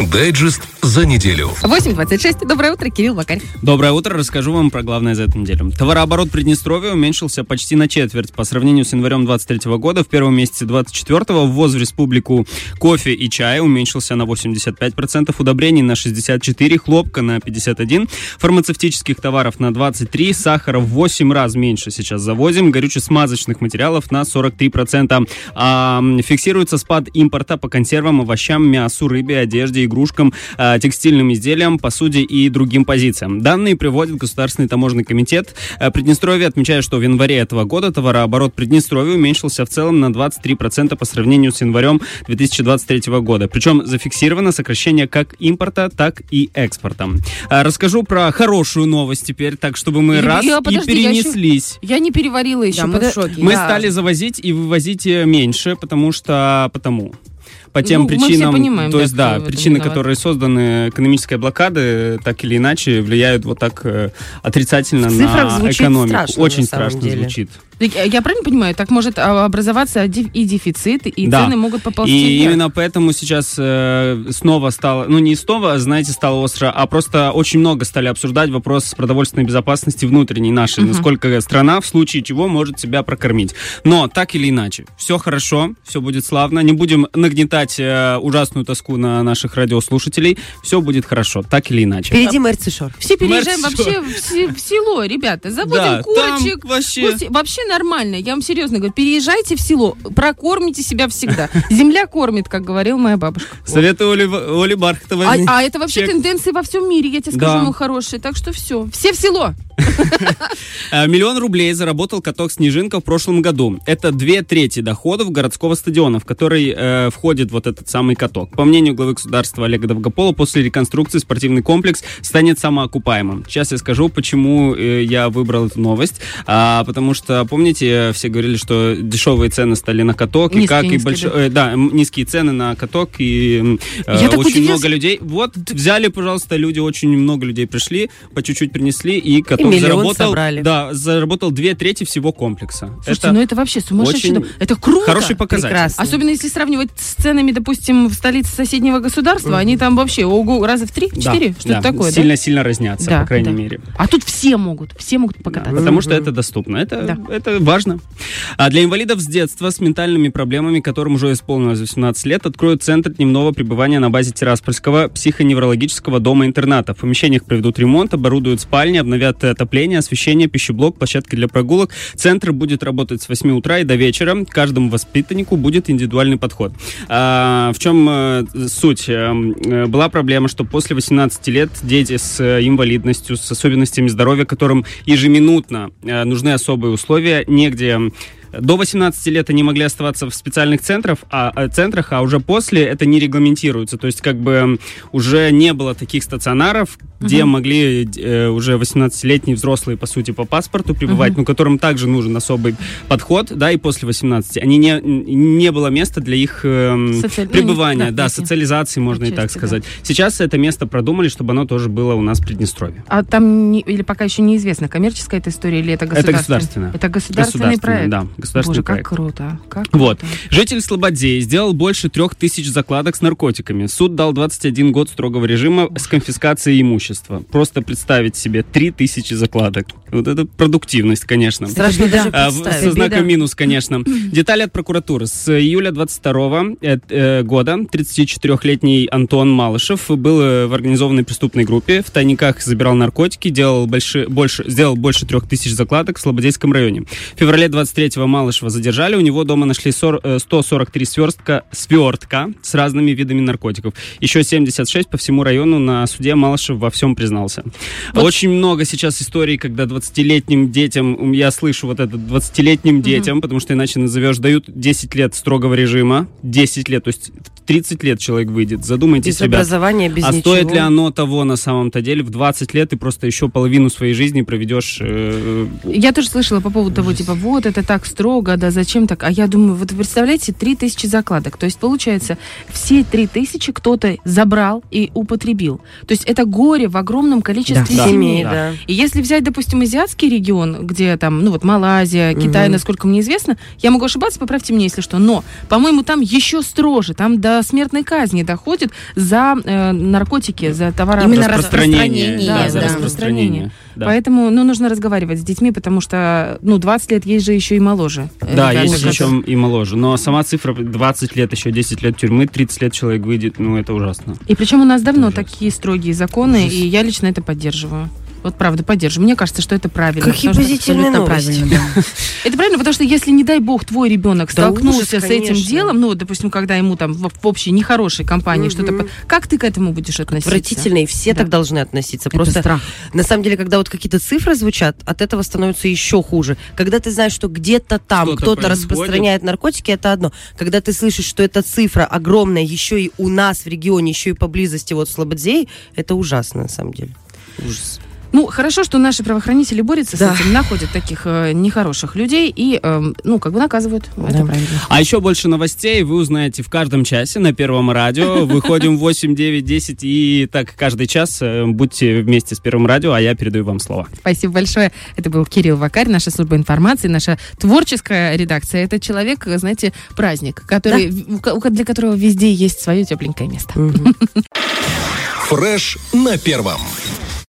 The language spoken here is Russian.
Дайджест за неделю. 8:26. Доброе утро, Кирилл Вакарь. Доброе утро. Расскажу вам про главное за эту неделю. Товарооборот Приднестровья уменьшился почти на четверть по сравнению с январем 2023 года. В первом месяце 2024 ввоз в республику кофе и чая уменьшился на 85%, удобрений на 64%, хлопка на 51%, фармацевтических товаров на 23%, сахара в 8 раз меньше сейчас завозим, горюче-смазочных материалов на 43%. Фиксируется спад импорта по консервам, овощам, мясу, рыбе, одежде, игрушкам, текстильным изделиям, посуде и другим позициям. Данные приводит Государственный таможенный комитет. Приднестровье отмечает, что в январе этого года товарооборот Приднестровья уменьшился в целом на 23% по сравнению с январем 2023 года. Причем зафиксировано сокращение как импорта, так и экспорта. Расскажу про хорошую новость теперь, так чтобы мы перенеслись. Я не переварила еще. Мы стали завозить и вывозить меньше, потому. По тем причинам, понимаем, то есть, причины, которые созданы экономической блокадой, так или иначе влияют вот так отрицательно на экономику. Страшно, очень страшно звучит. Я правильно понимаю, так может образоваться и дефицит, и цены могут поползти и вверх. Именно поэтому сейчас снова стало, не снова, знаете, стало остро, а просто очень много стали обсуждать вопрос продовольственной безопасности внутренней нашей, насколько страна в случае чего может себя прокормить. Но так или иначе, все хорошо, все будет славно, не будем нагнетать ужасную тоску на наших радиослушателей, все будет хорошо, так или иначе. Впереди Мерцишор. Все переезжаем вообще в село, ребята, забудем курочек. Вообще нормально, я вам серьезно говорю, переезжайте в село, прокормите себя всегда. Земля кормит, как говорила моя бабушка. Советую Оли Бархатовой. А это вообще тенденции во всем мире, я тебе скажу, мой хороший, так что все в село. 1 миллион рублей заработал каток «Снежинка» в прошлом году. Это 2/3 доходов городского стадиона, в который входит вот этот самый каток. По мнению главы государства Олега Довгопола, после реконструкции спортивный комплекс станет самоокупаемым. Сейчас я скажу, почему я выбрал эту новость. Потому что, помните, все говорили, что дешевые цены стали на каток, низкие цены на каток, и очень много людей. Вот, взяли, пожалуйста, люди, очень много людей пришли, по чуть-чуть принесли, и каток заработал 2/3 всего комплекса. Слушайте, это вообще сумасшедший дом. Это круто. Хороший показатель. Прекрасно. Особенно если сравнивать с ценами, допустим, в столице соседнего государства, они там вообще раза в 3-4, что-то такое, сильно разнятся, по крайней мере. А тут все могут покататься. Потому что это доступно, это важно. А для инвалидов с детства с ментальными проблемами, которым уже исполнилось 18 лет, откроют центр дневного пребывания на базе Тираспольского психоневрологического дома-интерната. В помещениях проведут ремонт, оборудуют спальни, обновят отопление, освещение, пищеблок, площадки для прогулок. Центр будет работать с 8 утра и до вечера. Каждому воспитаннику будет индивидуальный подход. В чем суть? Была проблема, что после 18 лет дети с инвалидностью, с особенностями здоровья, которым ежеминутно нужны особые условия, негде... До 18 лет они могли оставаться в специальных центрах, а уже после это не регламентируется. То есть как бы уже не было таких стационаров, где могли уже 18-летние взрослые, по сути, по паспорту пребывать, но которым также нужен особый подход, и после 18. Не было места для их пребывания, социализации, можно и так сказать. Сейчас это место продумали, чтобы оно тоже было у нас в Приднестровье. А там или пока еще неизвестно, коммерческая эта история или это государственная? Это государственный проект? Да. Боже, как круто. Житель Слободеи сделал больше 3000 закладок с наркотиками. Суд дал 21 год строгого режима с конфискацией имущества. Просто представить себе 3000 закладок. Вот это продуктивность, конечно. Страшно даже представить. Со знаком минус, конечно. Детали от прокуратуры. С июля 22 года 34-летний Антон Малышев был в организованной преступной группе. В тайниках забирал наркотики, сделал больше 3000 закладок в Слободейском районе. В феврале 23-го Малышева задержали. У него дома нашли 143 свертка с разными видами наркотиков. Еще 76 по всему району. На суде Малышев во всем признался. Очень много сейчас историй, когда 20-летним детям, я слышу вот это 20-летним детям, потому что иначе назовешь, дают 10 лет строгого режима. 10 лет, то есть в 30 лет человек выйдет. Задумайтесь, без образования, без ничего. Стоит ли оно того на самом-то деле? В 20 лет ты просто еще половину своей жизни проведешь... Я тоже слышала по поводу того, это так строго строго, да зачем так? А я думаю, вот представляете, 3000 закладок. То есть, получается, все 3000 кто-то забрал и употребил. То есть это горе в огромном количестве семей. Да. И если взять, допустим, азиатский регион, где там, Малайзия, Китай, насколько мне известно, я могу ошибаться, поправьте меня, если что, но, по-моему, там еще строже, там до смертной казни доходит за наркотики, за товары. Именно распространение. Да, за распространение. Да. Поэтому, нужно разговаривать с детьми, потому что, 20 лет есть же еще и моложе. Да, есть еще и моложе. Но сама цифра 20 лет, еще 10 лет тюрьмы, 30 лет человек выйдет, это ужасно. И причем у нас давно такие строгие законы, и я лично это поддерживаю. Вот правда, поддерживаю. Мне кажется, что это правильно. Какие позитивные новости. Правильно, да. Это правильно, потому что если, не дай бог, твой ребенок столкнулся с этим делом, допустим, когда ему там в общей нехорошей компании что-то... Как ты к этому будешь относиться? Отвратительно, и все так должны относиться. Просто страх. На самом деле, когда вот какие-то цифры звучат, от этого становится еще хуже. Когда ты знаешь, что где-то там кто-то распространяет наркотики, это одно. Когда ты слышишь, что эта цифра огромная еще и у нас в регионе, еще и поблизости в Слободзее, это ужасно, на самом деле. Ужас. Хорошо, что наши правоохранители борются с этим, находят таких нехороших людей и, наказывают. Да. Это правильно. А еще больше новостей вы узнаете в каждом часе на Первом радио. Выходим в 8, 9, 10 и так каждый час. Будьте вместе с Первым радио, а я передаю вам слово. Спасибо большое. Это был Кирилл Вакарь, наша служба информации, наша творческая редакция. Это человек, знаете, праздник, для которого везде есть свое тепленькое место. Фреш на Первом.